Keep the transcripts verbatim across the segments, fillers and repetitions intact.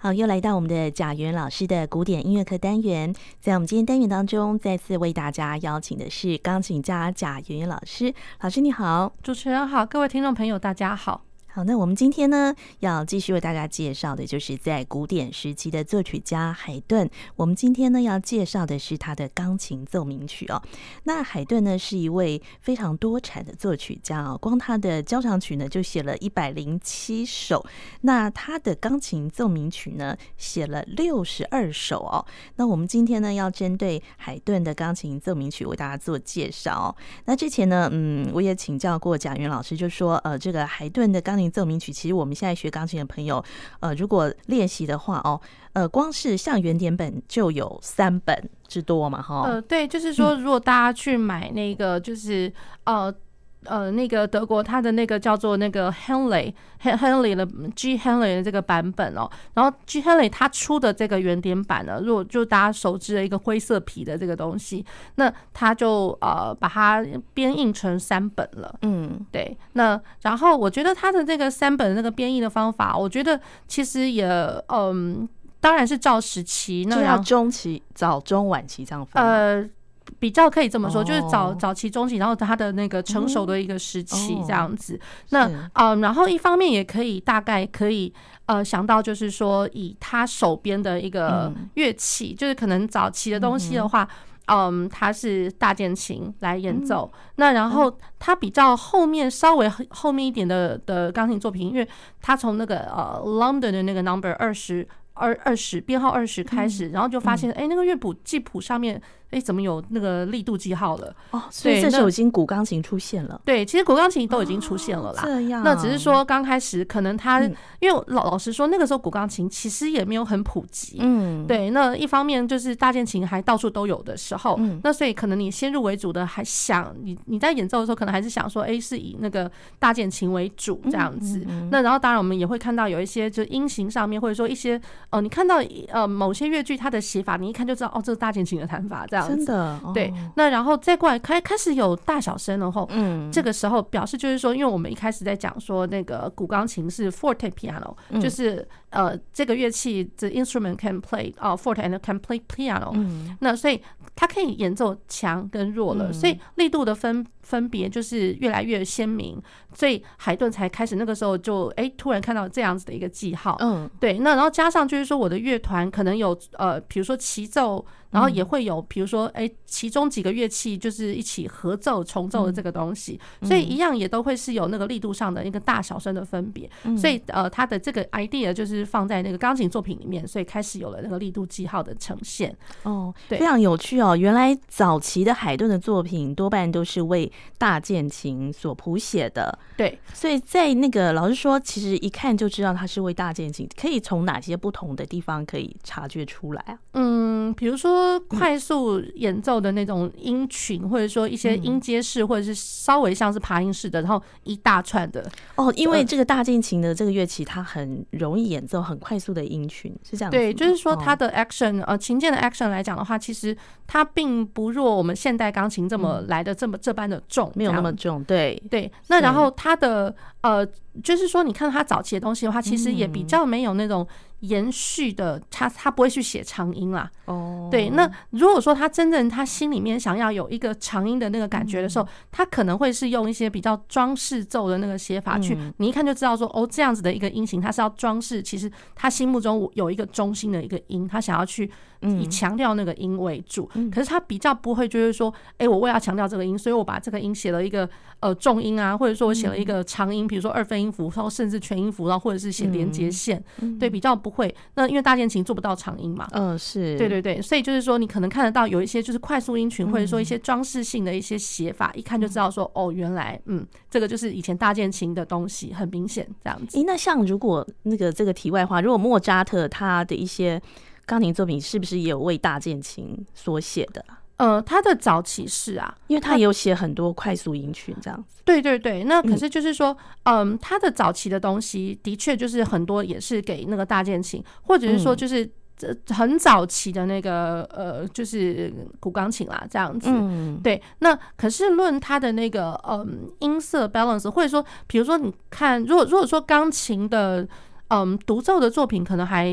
好，又来到我们的贾元老师的古典音乐课单元。在我们今天单元当中，再次为大家邀请的是钢琴家贾元老师。老师你好。 主持人好，各位听众朋友大家好。 好，那我们今天呢，要继续为大家介绍的就是在古典时期的作曲家海顿。我们今天呢，要介绍的是他的钢琴奏鸣曲哦。那海顿呢，是一位非常多产的作曲家哦，光他的交响曲呢，就写了一百零七首。那他的钢琴奏鸣曲呢，写了六十二首哦。那我们今天呢，要针对海顿的钢琴奏鸣曲为大家做介绍哦。那之前呢，嗯，我也请教过贾元老师，就说呃，这个海顿的钢琴奏鸣曲，其实我们现在学钢琴的朋友，呃，如果练习的话哦，呃，光是像原点本就有三本之多嘛，哈。 呃，对，就是说，如果大家去买那个，就是呃。呃，那个德国他的那个叫做那个 Henley Henley 的 G Henley 的这个版本哦，然后 G Henley 他出的这个原点版呢，如果就大家熟知的一个灰色皮的这个东西，那他就呃把它编印成三本了，嗯，对。那然后我觉得他的这个三本的那个编译的方法，我觉得其实也嗯，当然是照时期，那就要中期、早中晚期这样分。 呃。比较可以这么说，就是早早期、中期，然后它的那个成熟的一个时期这样子。那嗯，然后一方面也可以大概可以呃想到，就是说以他手边的一个乐器，就是可能早期的东西的话，嗯，它是大键琴来演奏。那然后它比较后面稍微后面一点的的钢琴作品，因为它从那个呃 London 的那个 number 二十。二二十编号二十开始，然后就发现，哎、嗯欸，那个乐谱记谱上面，哎、欸，怎么有那个力度记号了？ 哦，所以这时候已经古钢琴出现了。 对，其实古钢琴都已经出现了啦。哦、 这样， 那只是说刚开始可能它，嗯、因为老老实说，那个时候古钢琴其实也没有很普及。嗯，对。那一方面就是大键琴还到处都有的时候，嗯、那所以可能你先入为主的还想你你在演奏的时候，可能还是想说，哎、欸，是以那个大键琴为主这样子。嗯嗯嗯、那然后当然我们也会看到有一些就音型上面，或者说一些。呃，你看到呃某些乐句它的写法，你一看就知道哦，这是大键琴的弹法这样子。 真的，哦、 对。那然后再过来开开始有大小声了后，嗯，这个时候表示就是说，因为我们一开始在讲说那个古钢琴是 forte piano，、嗯、就是呃这个乐器 the instrument can play 哦、uh, forte and can play piano，、嗯、那所以它可以演奏强跟弱了，嗯、所以力度的分分别就是越来越鲜明，所以海顿才开始那个时候就哎、欸、突然看到这样子的一个记号，嗯，对。那然后加上就是说我的乐团可能有呃，比如说齐奏，然后也会有比如说哎、欸，其中几个乐器就是一起合奏重奏的这个东西，嗯、所以一样也都会是有那个力度上的一个大小声的分别，嗯、所以呃，它的这个 idea 就是放在那个钢琴作品里面，所以开始有了那个力度记号的呈现。 哦，对，非常有趣哦。原来早期的海顿的作品多半都是为大键琴所谱写的， 对， 所以在那个老师说，其实一看就知道它是为大键琴，可以从哪些不同的地方可以察觉出来啊？ 嗯，比如说快速演奏的那种音群，或者说一些音阶式，或者是稍微像是爬音式的，然后一大串的哦，因为这个大键琴的这个乐器，它很容易演奏很快速的音群，是这样子吗？ 对，就是说它的 action，、哦、呃，琴键的 action 来讲的话，其实它并不若我们现代钢琴这么来的这么这般的重， 没有那么重，对对。那然后它的呃，就是说你看它早期的东西的话，其实也比较没有那种延续的，他他不会去写长音啦。哦，对。那如果说他真正他心里面想要有一个长音的那个感觉的时候，他可能会是用一些比较装饰奏的那个写法去，你一看就知道说，哦，这样子的一个音型，他是要装饰，其实他心目中有一个中心的一个音，他想要去以强调那个音为主。可是他比较不会就是说，哎，我为了强调这个音，所以我把这个音写了一个呃重音啊，或者说我写了一个长音，比如说二分音符，然后甚至全音符，然后或者是写连接线，对，比较不会。那因为大键琴做不到长音嘛， 嗯，是， 对对对，所以就是说你可能看得到有一些就是快速音群，或者说一些装饰性的一些写法，一看就知道说，哦，原来嗯，这个就是以前大键琴的东西，很明显这样子。 欸，那像如果那个这个题外话，如果莫扎特他的一些钢琴作品是不是也有为大键琴所写的？ 呃，他的早期是啊， 因为他也有写很多快速音群这样子。 对对对，那可是就是说，嗯，嗯他的早期的东西的确就是很多也是给那个大键琴，或者是说就是很早期的那个呃，就是古钢琴啦，这样子。嗯，对。那可是论他的那个嗯音色 balance， 或者说，比如说你看，如果如果说钢琴的嗯独奏的作品，可能还。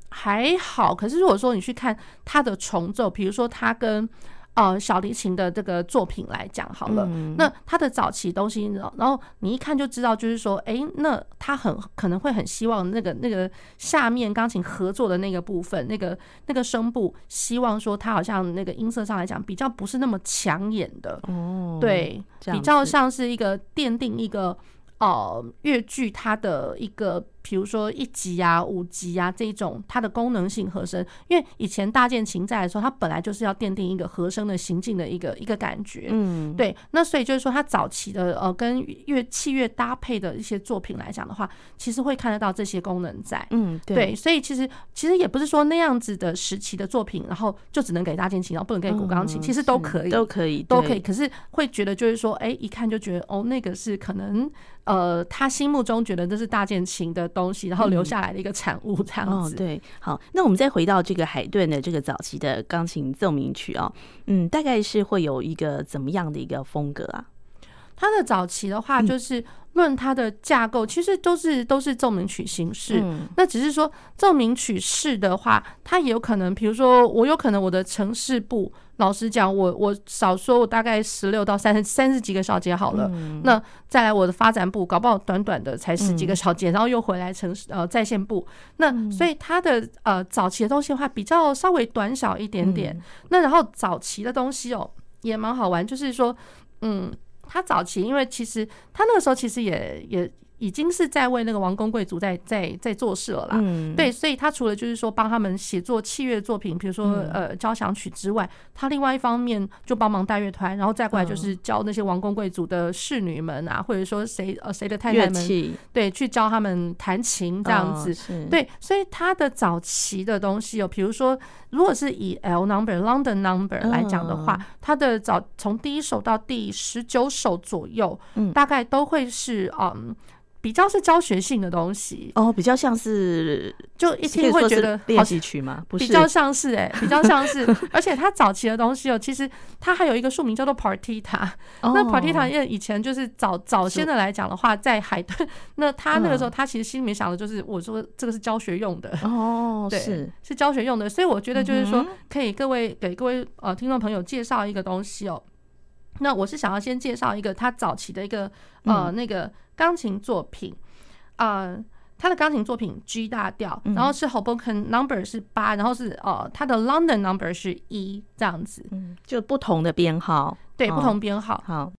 还好，可是如果说你去看他的重奏，比如说他跟呃小提琴的这个作品来讲好了，嗯、那他的早期东西，然后你一看就知道，就是说，哎、欸，那他很可能会很希望那个那个下面钢琴合作的那个部分，那个那个声部，希望说他好像那个音色上来讲比较不是那么抢眼的，哦，对，比较像是一个奠定一个呃乐句它的一个。比如说一级啊、五级啊这种它的功能性和声，因为以前大键琴在的时候，它本来就是要奠定一个和声的行进的一个一个感觉，嗯，对。那所以就是说，它早期的呃跟乐器乐搭配的一些作品来讲的话，其实会看得到这些功能在，嗯，对。对，所以其实其实也不是说那样子的时期的作品，然后就只能给大键琴，然后不能给古钢琴，嗯、其实都可以， 都可以， 都可以。可是会觉得就是说，哎、欸，一看就觉得哦，那个是可能呃他心目中觉得这是大键琴的东西，然后留下来的一个产物这样子、嗯哦。对，好，那我们再回到这个海顿的这个早期的钢琴奏鸣曲哦，嗯，大概是会有一个怎么样的一个风格啊？ 它的早期的话，就是论它的架构，其实都是都是奏鸣曲形式。嗯、那只是说奏鸣曲式的话，它也有可能，比如说我有可能我的程式部。老实讲，我我少说，我大概十六到三十三十几个小节好了。嗯、那再来我的发展部，搞不好短短的才十几个小节，嗯、然后又回来成呃在线部。那所以它的呃早期的东西的话，比较稍微短小一点点。嗯、那然后早期的东西哦，也蛮好玩，就是说，嗯，它早期因为其实它那个时候其实也也。已经是在为那个王公贵族在在在做事了啦，嗯、对，所以他除了就是说帮他们写作器乐作品，比如说呃交响曲之外，他另外一方面就帮忙带乐团，然后再过来就是教那些王公贵族的侍女们啊，或者说谁呃谁的太太们，对，去教他们弹琴这样子，哦、对，所以他的早期的东西哦，比如说如果是以 L number London number 来讲的话，他的早从第一首到第十九首左右，嗯、大概都会是嗯。比较是教学性的东西哦，比较像是就一听会觉得练习曲吗？不是， 比较像是哎、欸，比较像是，而且它早期的东西哦，其实它还有一个书名叫做 Partita。哦、那 Partita 因为以前就是早早先的来讲的话，在海顿，那他那个时候他其实心里面想的就是，我说这个是教学用的哦，对，是是教学用的，所以我觉得就是说，可以各位给各位呃听众朋友介绍一个东西哦。那我是想要先介绍一个他早期的一个呃那个钢琴作品，呃，他的钢琴作品 G 大调，然后是 Hoboken number 是八，然后是呃他的 London number 是一这样子， 嗯，就不同的编号， 对，不同编号， 好。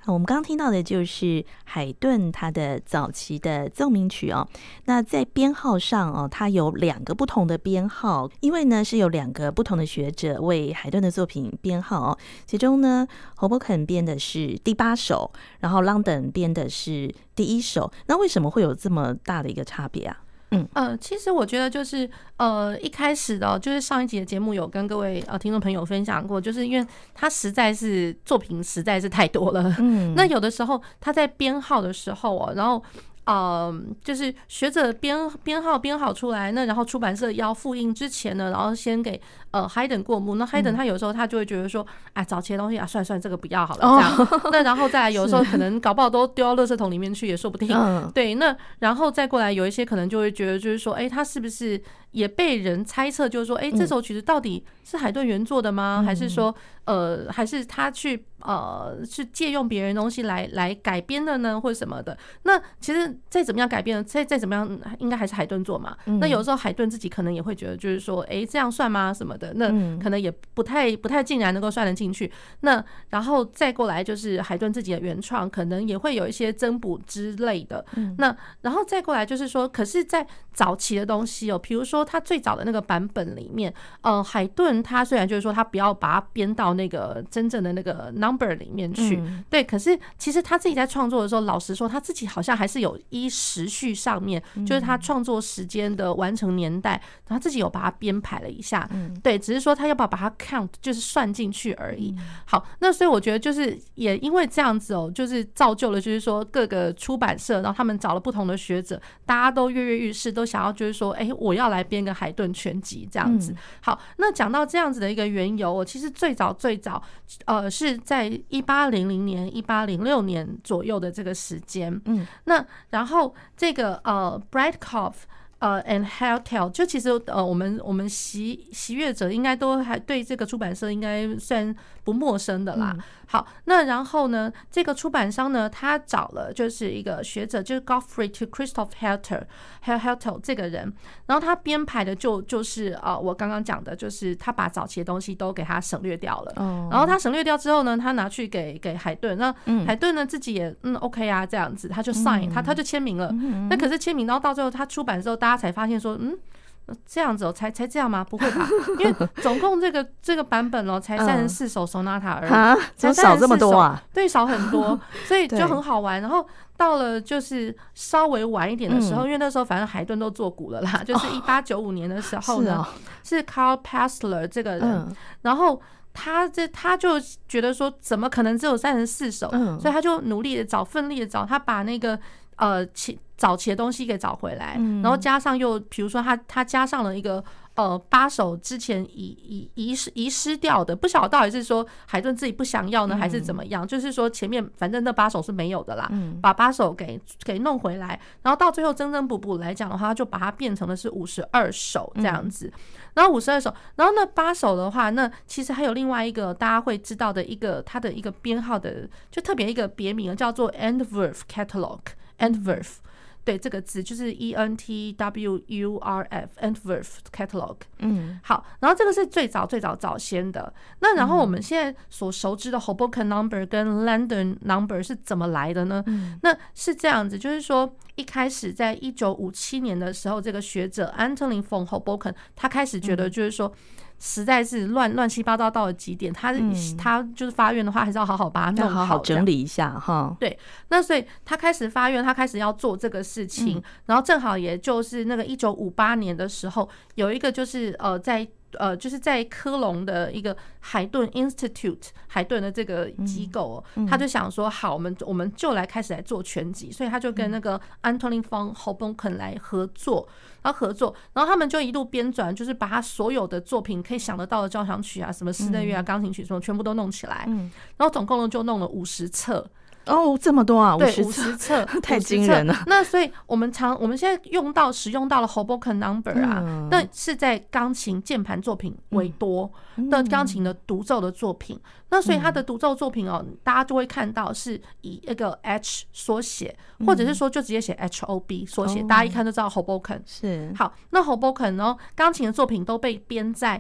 好，我们刚刚听到的就是海顿他的早期的奏鸣曲哦。那在编号上哦，它有两个不同的编号，因为呢是有两个不同的学者为海顿的作品编号哦。其中呢 Hoboken 编的是第八首，然后 London 编的是第一首。那为什么会有这么大的一个差别啊？嗯呃，其实我觉得就是呃一开始的、哦，就是上一集的节目有跟各位呃听众朋友分享过，就是因为他实在是作品实在是太多了，嗯，那有的时候他在编号的时候哦，然后。呃，就是学者编编号编好出来，那然后出版社要复印之前呢，然后先给呃 Haydn 过目。那 Haydn 他有时候他就会觉得说，哎，早期的东西啊，算算这个不要好了，这样。哦、那然后再来，有时候可能搞不好都丢到垃圾桶里面去，也说不定。对，那然后再过来，有一些可能就会觉得，就是说，哎，他是不是也被人猜测，就是说，哎，这首曲子到底是海顿原作的吗？还是说，呃，还是他去呃是借用别人的东西来来改编的呢，或者什么的？那其实。再怎么样改变，再再怎么样，应该还是海顿做嘛。那有时候海顿自己可能也会觉得，就是说，哎，这样算吗？什么的，那可能也不太不太尽然能够算得进去。那然后再过来就是海顿自己的原创，可能也会有一些增补之类的。那然后再过来就是说，可是，在早期的东西哦，比如说他最早的那个版本里面，呃，海顿他虽然就是说他不要把它编到那个真正的那个 number 里面去，对，可是其实他自己在创作的时候，老实说，他自己好像还是有。依时序上面，就是他创作时间的完成年代，他自己有把它编排了一下，对，只是说他要不要把它 count， 就是算进去而已。好，那所以我觉得就是也因为这样子哦，就是造就了就是说各个出版社，然后他们找了不同的学者，大家都跃跃欲试，都想要就是说，哎，我要来编个海顿全集这样子。好，那讲到这样子的一个缘由，其实最早最早，呃，是在一八零零年、一八零六年左右的这个时间，嗯，那。然后这个呃 Breitkopf 呃 and Hertel 就其实呃我们我们习习乐者应该都还对这个出版社应该算不陌生的啦。好，那然后呢，这个出版商呢，他找了就是一个学者，就是 Gottfried Christoph Hertel Hertel 这个人，然后他编排的就就是呃我刚刚讲的，就是他把早期的东西都给他省略掉了。哦。然后他省略掉之后呢，他拿去给给海顿，那海顿呢自己也嗯 OK 啊这样子，他就 sign 他他就签名了。那可是签名，然后到最后他出版之后，大家才发现说，嗯。这样子哦，才才这样吗？不会吧？因为总共这个这个版本哦，才三十四首 sonata 而已，啊， 怎么少这么多啊？ 对，少很多，所以就很好玩。然后到了就是稍微晚一点的时候，因为那时候反正海顿都做古了啦，就是一八九五年的时候呢，是 Karl Passler 这个人，然后。他这他就觉得说，怎么可能只有三十四首？所以他就努力的找，奋力的找，他把那个呃起早期的东西给找回来，然后加上又比如说他他加上了一个呃八首之前遗遗遗失遗失掉的，不晓得到底是说海顿自己不想要呢，还是怎么样？就是说前面反正那八首是没有的啦，把八首给给弄回来，然后到最后增增补补来讲的话，就把它变成的是五十二首这样子。然后五十二首，然后那八首的话，那其实还有另外一个大家会知道的一个它的一个编号的，就特别一个别名叫做 Entwurf Catalog。Entwurf 对这个字就是 E N T W U R F Entwurf Catalog。嗯，好，然后这个是最早最早早先的。那然后我们现在所熟知的 Hoboken Number 跟 London Number 是怎么来的呢？嗯、那是这样子，就是说一开始在一九五七年的时候，这个学者 Antolin von Hoboken 他开始觉得就是说。实在是乱乱七八糟到了极点，他、嗯、他就是发愿的话，还是要好好把它弄好， 好好整理一下哈。 对，那所以他开始发愿，他开始要做这个事情，嗯、然后正好也就是那个一九五八年的时候，有一个就是呃在。呃，就是在科隆的一个海顿 Institute 海顿的这个机构、哦，他就想说，好，我们我们就来开始来做全集，所以他就跟那个 Antolin von Hoboken 来合作，然后合作，然后他们就一路编纂，就是把他所有的作品可以想得到的交响曲啊，什么室内乐啊、钢琴曲什么，全部都弄起来，然后总共就弄了五十册。 哦，这么多啊！ 对，五十册， 太惊人了。 那所以我们常我们现在用到使用到了 Hoboken Number 啊，嗯、那是在钢琴键盘作品为多的钢琴的独奏的作品。嗯、那所以它的独奏作品哦，大家就会看到是以一个 H 缩写，或者是说就直接写 H O B 缩写，嗯、大家一看就知道 Hoboken 是。 好，那 Hoboken 呢，钢琴的作品都被编在。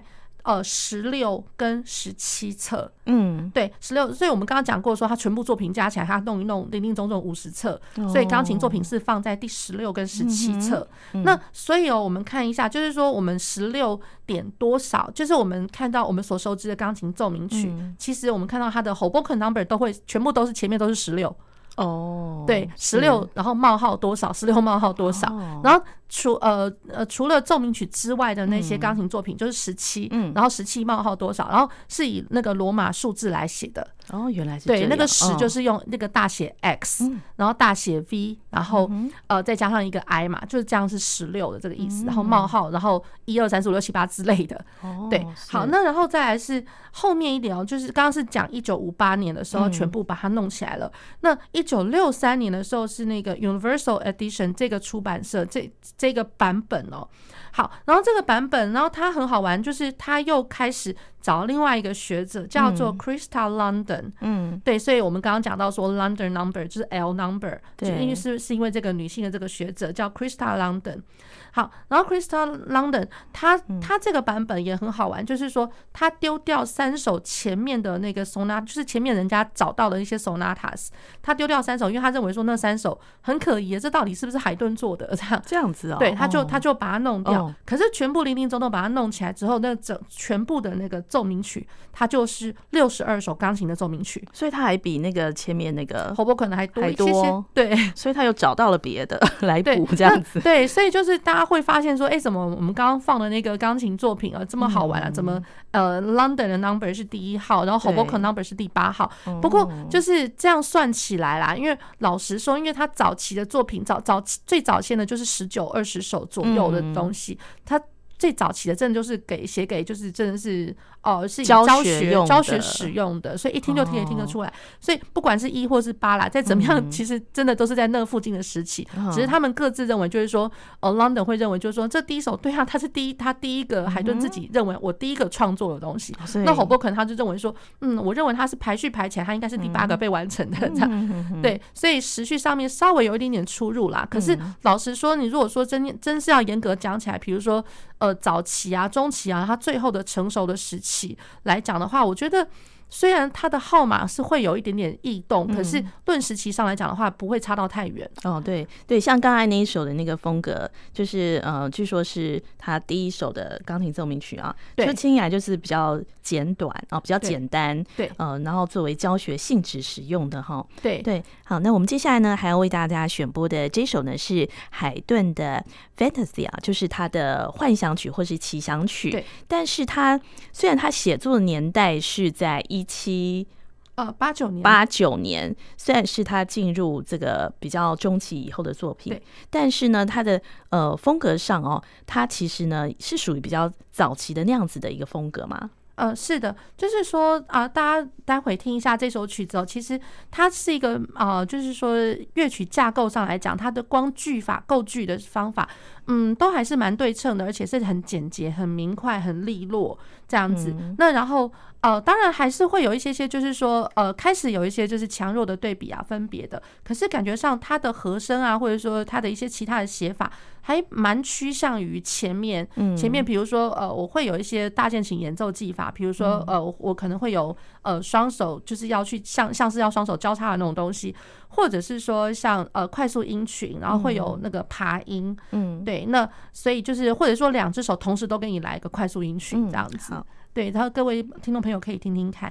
呃十六跟十七册， 嗯， 对，十六，所以我们刚刚讲过说，他全部作品加起来，他弄一弄，零零总总五十册，所以钢琴作品是放在第十六跟十七册。嗯、那所以哦，我们看一下，就是说我们十六点多少，就是我们看到我们所熟知的钢琴奏鸣曲，嗯、其实我们看到它的 Hoboken number 都会全部都是前面都是十六。 哦， 对，十六，然后冒号多少，十六冒号多少，哦、然后除呃呃除了奏鸣曲之外的那些钢琴作品，嗯、就是十七，嗯，然后十七冒号多少，然后是以那个罗马数字来写的。 哦，原来是这样。 对，那个十就是用那个大写 X，嗯、然后大写 V， 然后、嗯、呃再加上一个 I 嘛，就是这样是十六的这个意思。嗯、然后冒号，然后一二三四五六七八之类的。哦，对，好，那然后再来是后面一点哦，就是刚刚是讲一九五八年的时候全部把它弄起来了。嗯、那一九六三年的时候是那个 Universal Edition 这个出版社这这个版本哦。好，然后这个版本，然后它很好玩，就是他又开始找另外一个学者叫做 Christa London， 嗯，对，所以我们刚刚讲到说 London number 就是 L number， 就因为是是因为这个女性的这个学者叫 Christa London。好，然后 Christa London 他他这个版本也很好玩，就是说他丢掉三首前面的那个 sonata， 就是前面人家找到的一些 sonatas， 他丢掉三首，因为他认为说那三首很可疑，这到底是不是海顿做的？这样这样子哦， 对，他就他就把它弄掉。哦、可是全部零零总总把它弄起来之后，那整全部的那个奏鸣曲，它就是六十二首钢琴的奏鸣曲， 所以它还比那个前面那个 Hoboken 还多一些些，对， 所以他又找到了别的来补这样子， 对，所以就是大家会发现说，哎、欸，怎么我们刚刚放的那个钢琴作品啊这么好玩啊？嗯、怎么呃 London 的 number 是第一号，然后 Hoboken number 是第八号？不过就是这样算起来啦，因为老实说，因为他早期的作品早早最早先的就是十九二十首左右的东西，他、嗯。最早期的真的就是给写给就是真的是哦、呃、是以教学教学使用的，所以一听就听也听得出来。哦、所以不管是一或是八啦，再怎么样，嗯、其实真的都是在那附近的时期。嗯、只是他们各自认为就是说，呃 ，London 会认为就是说这第一首对啊，他是第一，他第一个海顿自己认为我第一个创作的东西。嗯、那 Hoboken 他就认为说，嗯，我认为他是排序排起来，他应该是第八个被完成的这样。嗯、对，所以时序上面稍微有一点点出入啦。可是老实说，你如果说真真是要严格讲起来，比如说呃。呃，早期啊、中期啊，它最后的成熟的时期来讲的话，我觉得虽然它的号码是会有一点点异动，嗯、可是论时期上来讲的话，不会差到太远。 哦，对对，像刚才那一首的那个风格，就是呃，据说是他第一首的钢琴奏鸣曲啊，就听起来就是比较简短啊、哦，比较简单， 对， 呃，然后作为教学性质使用的哈。 对对，好，那我们接下来呢，还要为大家选播的这首呢是海顿的 Fantasy 啊，就是他的幻想曲或是奇想曲。 对， 但是他虽然他写作的年代是在一七呃八九年， 八九年，虽然是他进入这个比较中期以后的作品，但是呢，他的呃风格上哦，他其实呢是属于比较早期的那样子的一个风格嘛。 呃，是的，就是说啊、呃，大家待会听一下这首曲子哦。其实它是一个啊、呃，就是说乐曲架构上来讲，它的光句法构句的方法，嗯，都还是蛮对称的，而且是很简洁、很明快、很利落这样子。嗯、那然后呃，当然还是会有一些些，就是说呃，开始有一些就是强弱的对比啊、分别的。可是感觉上它的和声啊，或者说它的一些其他的写法，还蛮趋向于前面。嗯、前面比如说呃，我会有一些大键琴演奏技法。比如说，呃，我可能会有呃双手，就是要去像像是要双手交叉的那种东西，或者是说像呃快速音群，然后会有那个爬音，嗯，对，那所以就是或者说两只手同时都给你来一个快速音群这样子，嗯、对，然后各位听众朋友可以听听看。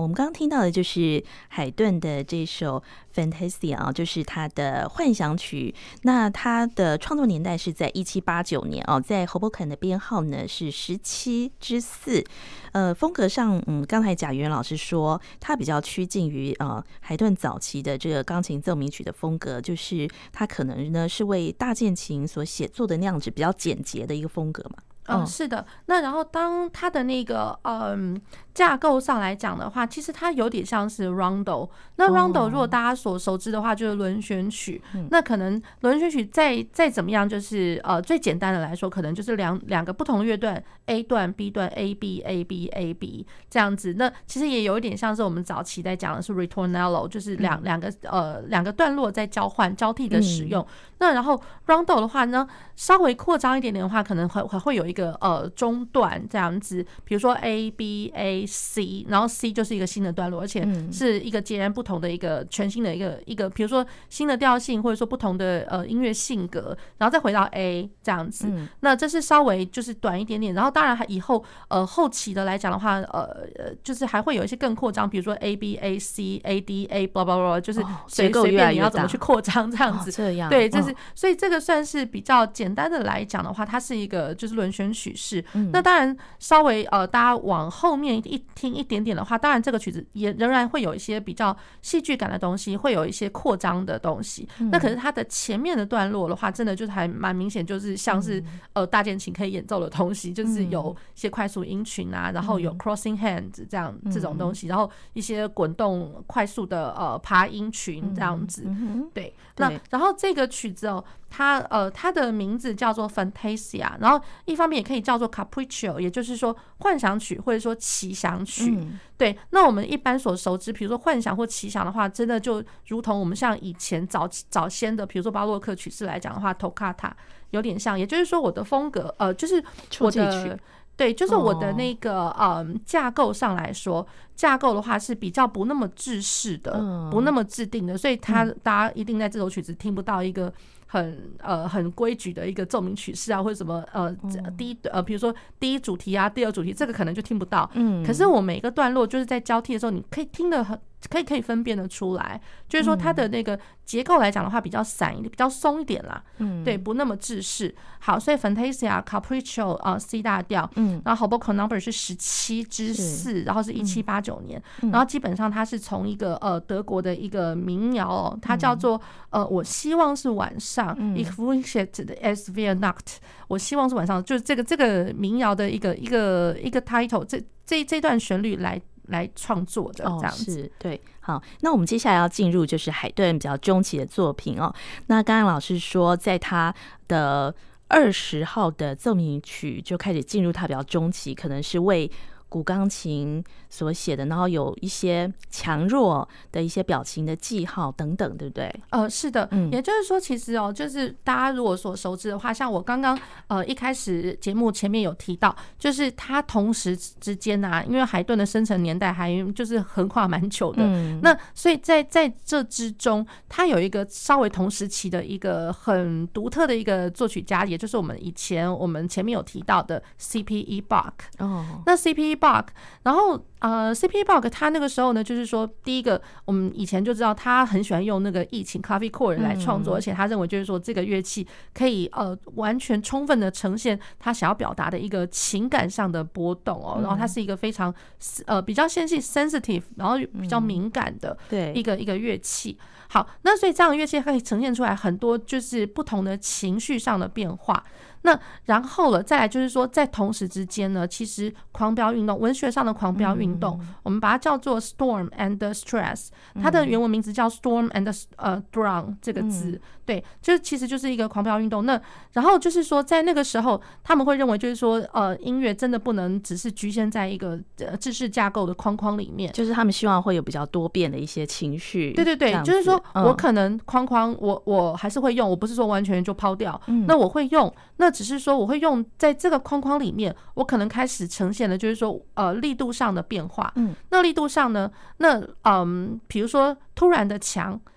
们刚刚听到的就是海顿的这首 Fantasia 啊，就是他的幻想曲。那他的创作年代是在一七八九年哦，在 Hoboken 的编号呢是十七之四。呃，风格上，嗯，刚才贾元老师说，他比较趋近于呃海顿早期的这个钢琴奏鸣曲的风格，就是他可能呢是为大键琴所写作的那样子比较简洁的一个风格嘛。 嗯，是的。那然后当它的那个嗯架构上来讲的话，其实它有点像是 rondo。那 rondo 如果大家所熟知的话，就是轮旋曲。那可能轮旋曲再再怎么样，就是呃最简单的来说，可能就是两两个不同的乐段 A 段 B 段 A B A B A B 这样子。那其实也有一点像是我们早期在讲的是 ritornello， 就是两两个呃两个段落在交换交替的使用。那然后 rondo 的话呢，稍微扩张一点点的话，可能会会有一个呃中段这样子，比如说 A B A C， 然后 C 就是一个新的段落，而且是一个截然不同的一个全新的一个一个，比如说新的调性，或者说不同的呃音乐性格，然后再回到 A 这样子。那这是稍微就是短一点点，然后当然以后呃后期的来讲的话，呃就是还会有一些更扩张，比如说 A B A C A D A blah blah blah， 就是随随便你要怎么去扩张这样子。 这样对，这是所以这个算是比较简单的来讲的话，它是一个就是轮旋曲式。那当然稍微呃大家往后面一听一点点的话，当然这个曲子也仍然会有一些比较戏剧感的东西，会有一些扩张的东西。那可是它的前面的段落的话，真的就是还蛮明显，就是像是呃大键琴可以演奏的东西，就是有一些快速音群啊，然后有 crossing hands 这样这种东西，然后一些滚动快速的呃爬音群这样子。对，那然后这个曲子哦，它呃它的名字叫做 Fantasia， 然后一方面也可以叫做 Capriccio， 也就是说幻想曲或者说奇想曲。嗯、对，那我们一般所熟知，比如说幻想或奇想的话，真的就如同我们像以前早早先的，比如说巴洛克曲式来讲的话 ，Toccata 有点像。也就是说，我的风格呃，就是我的。对，就是我的那个嗯架构上来说，架构的话是比较不那么制式的，不那么制定的，所以它大家一定在这首曲子听不到一个很呃很规矩的一个奏鸣曲式啊，或者什么呃第一呃比如说第一主题啊，第二主题，这个可能就听不到。嗯，可是我每个段落就是在交替的时候，你可以听得很。可以可以分辨得出来，就是说它的那个结构来讲的话，比较散一点，比较松一点啦。嗯，对，不那么制式。好，所以 Fantasia Capriccio 啊、呃、C 大调，嗯，然后 Hoboken Number 是十七之四，然后是一七八九年，嗯、然后基本上它是从一个呃德国的一个民谣哦，它叫做呃我希望是晚上 Ich wünsche es wäre Nacht， 我希望是晚上，就是这个这个民谣的一个一个一个 title， 这这这段旋律来。来创作的这样子。哦， 是，对。好，那我们接下来要进入就是海顿比较中期的作品哦。那刚刚老师说，在他的二十号的奏鸣曲就开始进入他比较中期，可能是为古钢琴所写的，然后有一些强弱的一些表情的记号等等，对不对？ 呃，是的，嗯、也就是说，其实哦，就是大家如果所熟知的话，像我刚刚呃一开始节目前面有提到，就是它同时之间啊，因为海顿的生成年代还就是横跨蛮久的，嗯、那所以在在这之中，它有一个稍微同时期的一个很独特的一个作曲家，也就是我们以前我们前面有提到的 C P E Bach。哦，那 C P E Bach， 然后呃 C P E Bach 他那个时候呢，就是说第一个我们以前就知道他很喜欢用那个轶琴 clavichord 来创作，嗯、而且他认为就是说这个乐器可以呃完全充分的呈现他想要表达的一个情感上的波动哦，然后它是一个非常呃比较纤细 sensitive， 然后比较敏感的一个、嗯、一个乐器。好，那所以这样的乐器可以呈现出来很多就是不同的情绪上的变化。那然后了，再来就是说，在同时之间呢，其实狂飙运动，文学上的狂飙运动，嗯、我们把它叫做 storm and stress， 它的原文名字叫 storm and 呃 drown 这个字，嗯、对，就是其实就是一个狂飙运动。那然后就是说，在那个时候，他们会认为就是说，呃，音乐真的不能只是局限在一个呃制式架构的框框里面， 就是他们希望会有比较多变的一些情绪。 对对对，就是说我可能框框我我还是会用，我不是说完全就抛掉，嗯、那我会用。那只是说我会用在这个框框里面，我可能开始呈现的就是说呃力度上的变化。嗯，那力度上呢，那嗯比如说突然的强，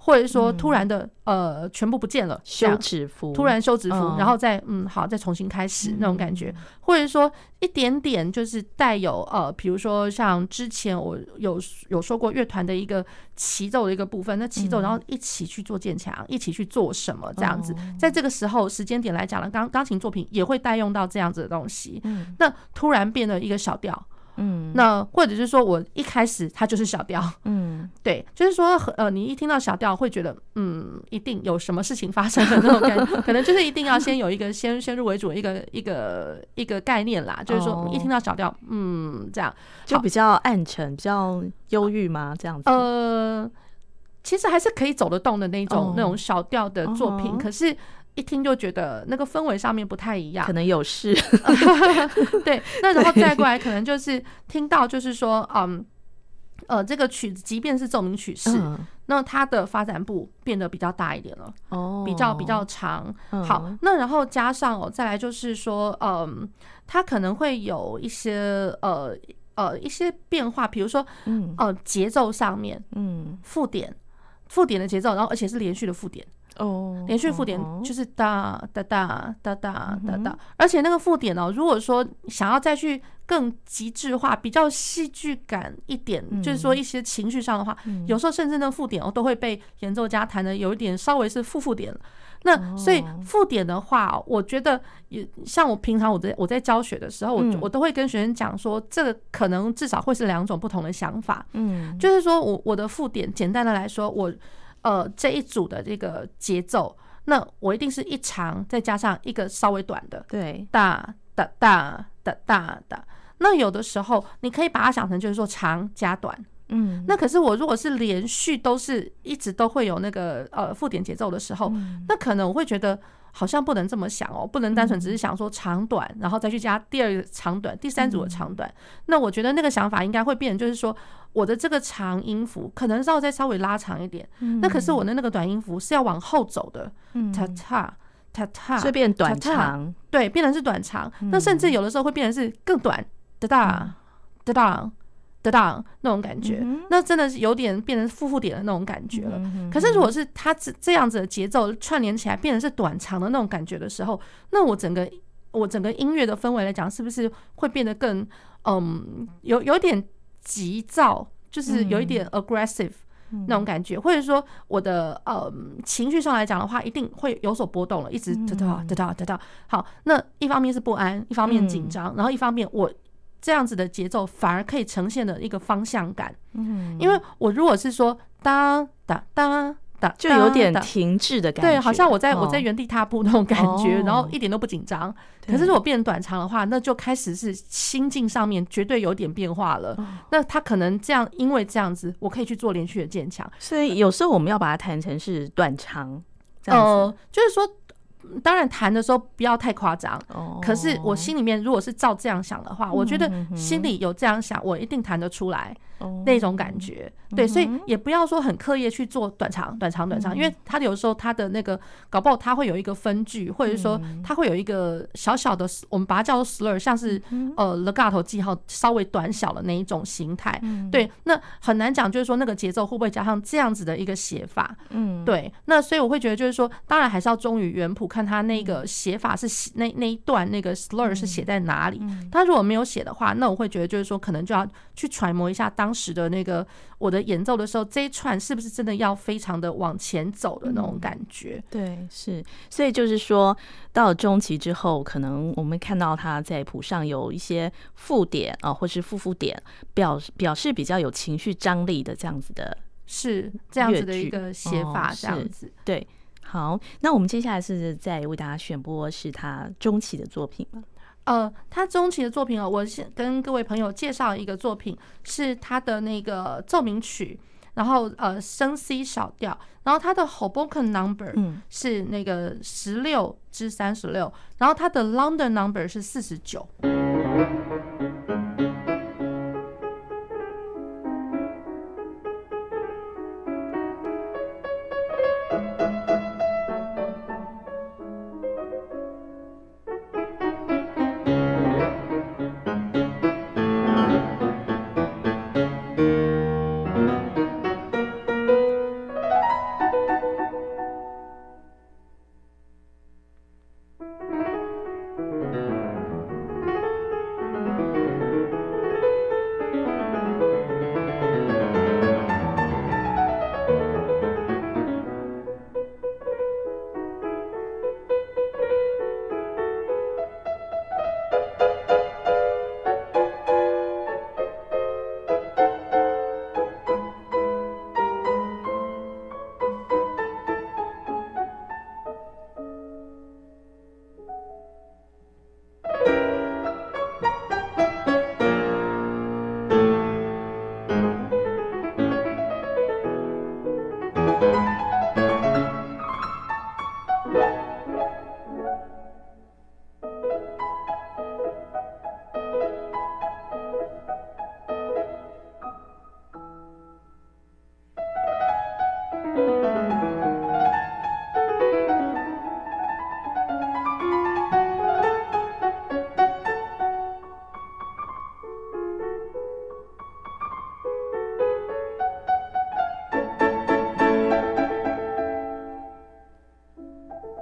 或者说突然的、嗯、呃全部不见了， 休止符， 突然休止符、嗯，然后再嗯好再重新开始、嗯、那种感觉，或者说一点点就是带有呃，比如说像之前我有有说过乐团的一个齐奏的一个部分，那齐奏然后一起去做渐强、嗯，一起去做什么这样子，嗯、在这个时候时间点来讲呢，钢钢琴作品也会带用到这样子的东西，嗯、那突然变了一个小调。嗯，那或者是说我一开始它就是小调，嗯，对，就是说呃，你一听到小调会觉得嗯，一定有什么事情发生的那种感觉，可能就是一定要先有一个先先入为主的一个一个一个概念啦，就是说一听到小调，嗯，这样就比较暗沉，比较忧郁吗？这样子？ 呃，其实还是可以走得动的那种、哦、那种小调的作品，哦、可是。一听就觉得那个氛围上面不太一样， 可能有事。 对，那然后再过来，可能就是听到就是说，嗯，呃，这个曲子即便是奏鸣曲式，嗯、那它的发展部变得比较大一点了，哦，比较比较长。嗯、好，那然后加上哦，再来就是说，嗯，它可能会有一些呃呃一些变化，比如说，嗯，呃，节奏上面，嗯，附点，附点的节奏，然后而且是连续的附点。哦，连续附点就是哒哒哒哒哒哒哒，而且那个附点哦，如果说想要再去更极致化、比较戏剧感一点，嗯、就是说一些情绪上的话，嗯、有时候甚至那个附点哦都会被演奏家弹的有一点稍微是负负点了。那所以附点的话，我觉得也像我平常我在我在教学的时候，我我都会跟学生讲说，这个可能至少会是两种不同的想法。嗯，就是说我我的附点，简单的来说，我。呃，这一组的这个节奏，那我一定是一长再加上一个稍微短的， 对， 哒哒哒哒哒哒。那有的时候你可以把它想成就是说长加短，嗯，那可是我如果是连续都是一直都会有那个呃附点节奏的时候，嗯、那可能我会觉得好像不能这么想哦，不能单纯只是想说长短，然后再去加第二个长短、第三组的长短。嗯、那我觉得那个想法应该会变成就是说。我的这个长音符可能是要再稍微拉长一点，嗯、那可是我的那个短音符是要往后走的，塔塔塔塔， 所以变短长， 对，变成是短长。嗯、那甚至有的时候会变成是更短，哒哒哒哒哒哒那种感觉，嗯、那真的是有点变成负负点的那种感觉了。嗯、可是如果是它这这样子的节奏串联起来变成是短长的那种感觉的时候，那我整个我整个音乐的氛围来讲，是不是会变得更嗯有有点。急躁，就是有一点 aggressive 那种感觉，嗯、或者说我的呃情绪上来讲的话，一定会有所波动了，一直哒哒哒哒哒哒。好，那一方面是不安，一方面紧张，嗯、然后一方面我这样子的节奏反而可以呈现的一个方向感。嗯，因为我如果是说哒哒哒。 就有点停滞的感觉， 对，好像我在、哦、我在原地踏步那种感觉，哦、然后一点都不紧张。可是如果变成短长的话，那就开始是心境上面绝对有点变化了。哦、那他可能这样，因为这样子，我可以去做连续的渐强。 所以有时候我们要把它弹成是短长，这样子， 呃，就是说。当然弹的时候不要太夸张，可是我心里面如果是照这样想的话，我觉得心里有这样想，我一定弹得出来那种感觉。对，所以也不要说很刻意去做短长、短长、短长，因为他有时候他的那个搞不好他会有一个分句，或者说他会有一个小小的，我们把它叫做 slur， 像是呃 legato 记号稍微短小的那一种形态。对，那很难讲，就是说那个节奏会不会加上这样子的一个写法？嗯，对，那所以我会觉得就是说，当然还是要忠于原谱。看他那个写法是写那那一段那个 slur 是写在哪里，他如果没有写的话，那我会觉得就是说可能就要去揣摩一下当时的那个我的演奏的时候，这一串是不是真的要非常的往前走的那种感觉。 嗯、对，是，所以就是说到了中期之后，可能我们看到他在谱上有一些附点啊，或是复复点，表表示比较有情绪张力的这样子的， 是这样子的一个写法，这样子， 哦、对。好，那我们接下来是再为大家选播是他中期的作品吗？ 呃，他中期的作品哦，我先跟各位朋友介绍一个作品，是他的那个奏鸣曲，然后呃升 C 小调，然后他的 Hoboken number 是那个十六至三十六，然后他的 London number 是四十九。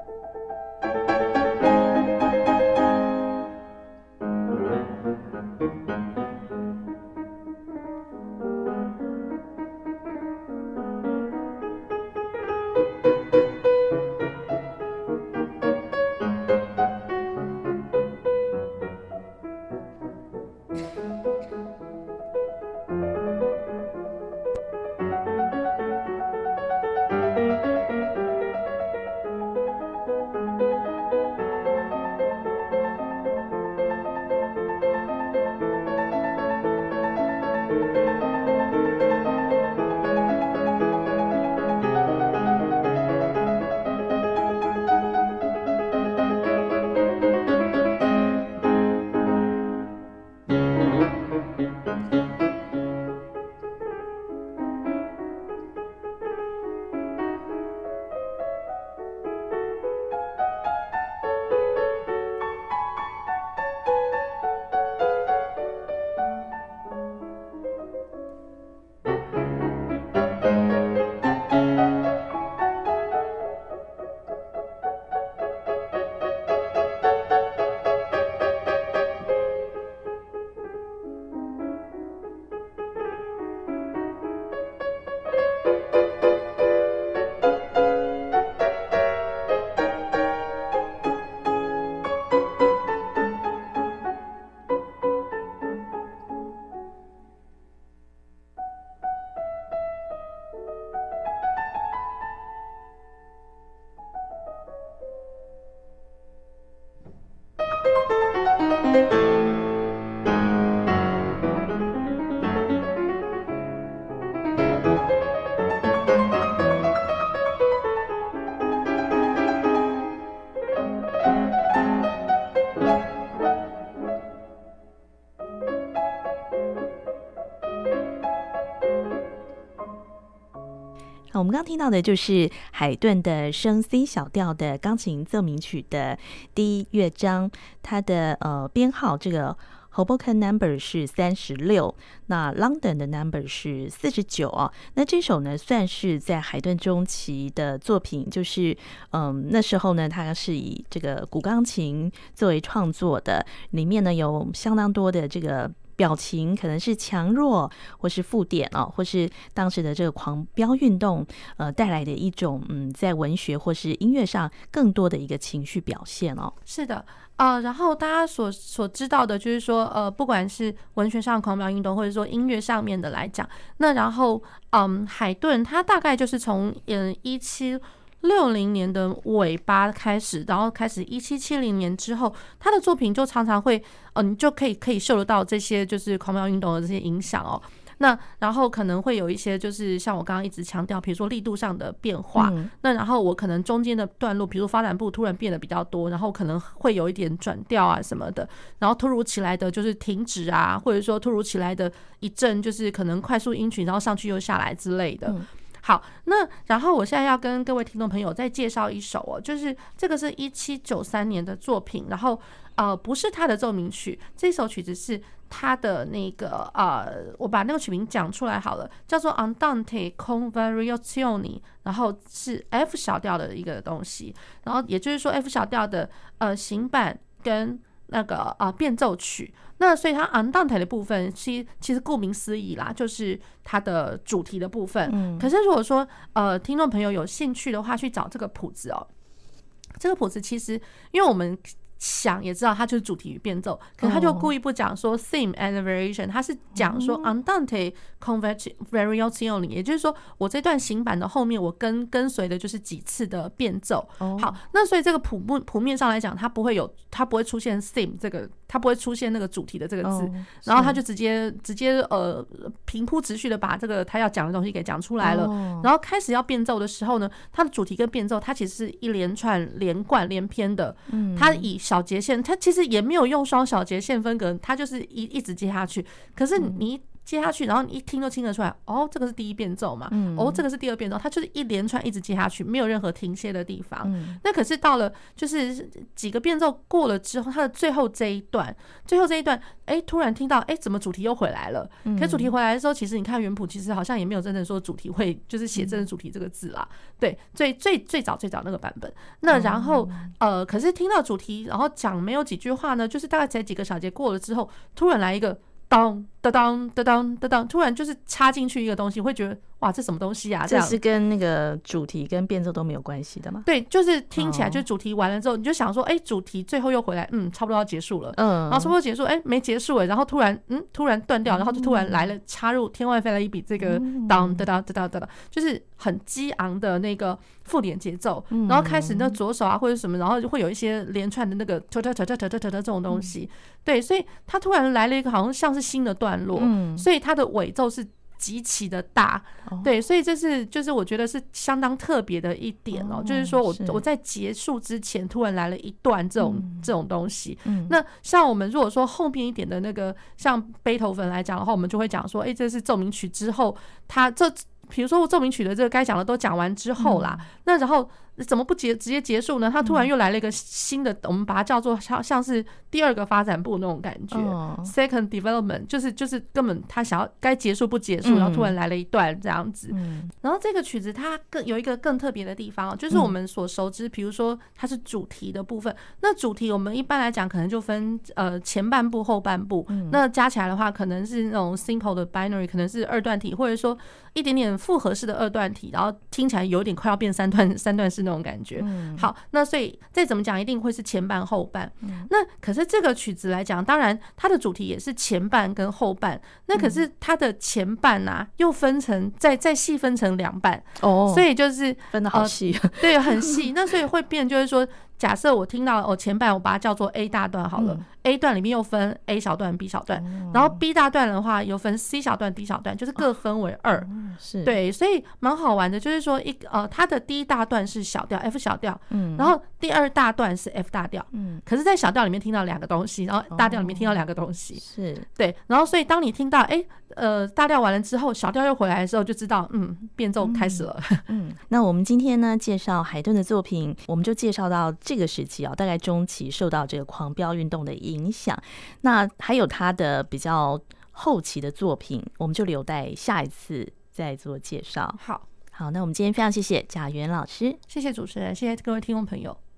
我们刚刚听到的就是海顿的升 C 小调的钢琴奏鸣曲的第一乐章，它的呃编号这个Hoboken number 是三十六，那 London 的 number 是四十九哦。那这首呢，算是在海顿中期的作品，就是嗯那时候呢，它是以这个古钢琴作为创作的，里面呢有相当多的这个表情，可能是强弱，或是附点哦，或是当时的这个狂飙运动，呃，带来的一种嗯，在文学或是音乐上更多的一个情绪表现哦。 是的。呃，然后大家所所知道的就是说，呃，不管是文学上的狂飙运动，或者说音乐上面的来讲，那然后，嗯，海顿他大概就是从嗯一七六零年的尾巴开始，然后开始一七七零年之后，他的作品就常常会，呃，你就可以可以嗅得到这些就是狂飙运动的这些影响哦。那然后可能会有一些就是像我刚刚一直强调，比如说力度上的变化，嗯、那然后我可能中间的段落，比如发展部突然变得比较多，然后可能会有一点转调啊什么的，然后突如其来的就是停止啊，或者说突如其来的一阵就是可能快速音群，然后上去又下来之类的。嗯好，那然后我现在要跟各位听众朋友再介绍一首哦，就是这个是一七九三年的作品，然后呃不是他的奏鸣曲，这首曲子是他的那个呃，我把那个曲名讲出来好了，叫做 Andante con variazioni， 然后是 F 小调的一个东西，然后也就是说 F 小调的呃行板跟那个啊、呃、变奏曲。那所以它 Andante 的部分其其实顾名思义啦，就是它的主题的部分。嗯、可是如果说呃听众朋友有兴趣的话，去找这个谱子哦，这个谱子其实因为我们想也知道它就是主题与变奏，可是他就故意不讲说 theme and variation， 他是讲说 Andante con variazioni， 也就是说我这段行板的后面我跟跟随的就是几次的变奏。好，那所以这个谱谱面上来讲，它不会有它不会出现 theme 这个，它不会出现那个主题的这个字，然后他就直接直接呃平铺直叙的把这个他要讲的东西给讲出来了。然后开始要变奏的时候呢，它的主题跟变奏它其实是一连串连贯连篇的，它以小节线，它其实也没有用双小节线分隔，它就是一一直接下去。可是你接下去，然后你一听就听得出来，哦，这个是第一变奏嘛，嗯、哦，这个是第二变奏，它就是一连串一直接下去，没有任何停歇的地方。嗯、那可是到了就是几个变奏过了之后，它的最后这一段，最后这一段，哎、欸，突然听到，哎、欸，怎么主题又回来了？嗯、可是主题回来的时候，其实你看原谱，其实好像也没有真正说主题会就是写真的主题这个字啦。嗯、对，最最最早最早那个版本。那然后、嗯、呃，可是听到主题，然后讲没有几句话呢，就是大概才几个小节过了之后，突然来一个当当当当当当，突然就是插进去一个东西，会觉得哇，这什么东西啊？这这是跟那个主题跟变奏都没有关系的吗？ 对，就是听起来就主题完了之后，你就想说，哎、欸，主题最后又回来，嗯，差不多要结束了，嗯，然后差不多结束，哎、欸，没结束哎，然后突然，嗯，突然断掉，然后就突然来了，插入天外飞来一笔这个当当当当当当，就是很激昂的那个附点节奏，然后开始那左手啊或者什么，然后就会有一些连串的那个突突突突突突突这种东西，对，所以他突然来了一个好像像是新的段落，嗯，所以他的尾奏是极其的大，对，所以这是就是我觉得是相当特别的一点哦，就是说我我在结束之前突然来了一段这种这种东西，那像我们如果说后面一点的那个像贝多芬来讲的话，我们就会讲说，哎，这是奏鸣曲之后，他这比如说奏鸣曲的这个该讲的都讲完之后啦，那然后怎么不结直接结束呢？他突然又来了一个新的，我们把它叫做像像是第二个发展部那种感觉、oh. ，second development， 就是就是根本他想要该结束不结束，然后突然来了一段这样子。嗯、然后这个曲子它更有一个更特别的地方，就是我们所熟知，比如说它是主题的部分。那主题我们一般来讲可能就分呃前半部后半部，嗯、那加起来的话可能是那种 simple 的 binary， 可能是二段体，或者说一点点复合式的二段体，然后听起来有点快要变三段三段式那种感觉。嗯、好，那所以再怎么讲，一定会是前半后半。嗯、那可是这个曲子来讲，当然它的主题也是前半跟后半。那可是它的前半啊，又分成再再细分成两半。哦，所以就是分得好细、 呃，对，很细。那所以会变，就是说。假设我听到哦前半我把它叫做 A 大段好了、嗯、A 段里面又分 A 小段 B 小段、哦、然后 B 大段的话又分 C 小段 D 小段，就是各分为二、哦、是对，所以蛮好玩的，就是说一呃它的第一大段是小调 F 小调、嗯、然后第二大段是 F 大调、嗯、可是在小调里面听到两个东西，然后大调里面听到两个东西、哦、是对，然后所以当你听到哎呃大调完了之后小调又回来的时候，就知道嗯变奏开始了。 嗯, 嗯那我们今天呢介绍海顿的作品，我们就介绍到这个时期、哦、大概中期受到这个狂飙运动的影响，那还有他的比较后期的作品，我们就留待下一次再做介绍。 好， 好，那我们今天非常谢谢贾元老师， 谢谢主持人，谢谢各位听众朋友。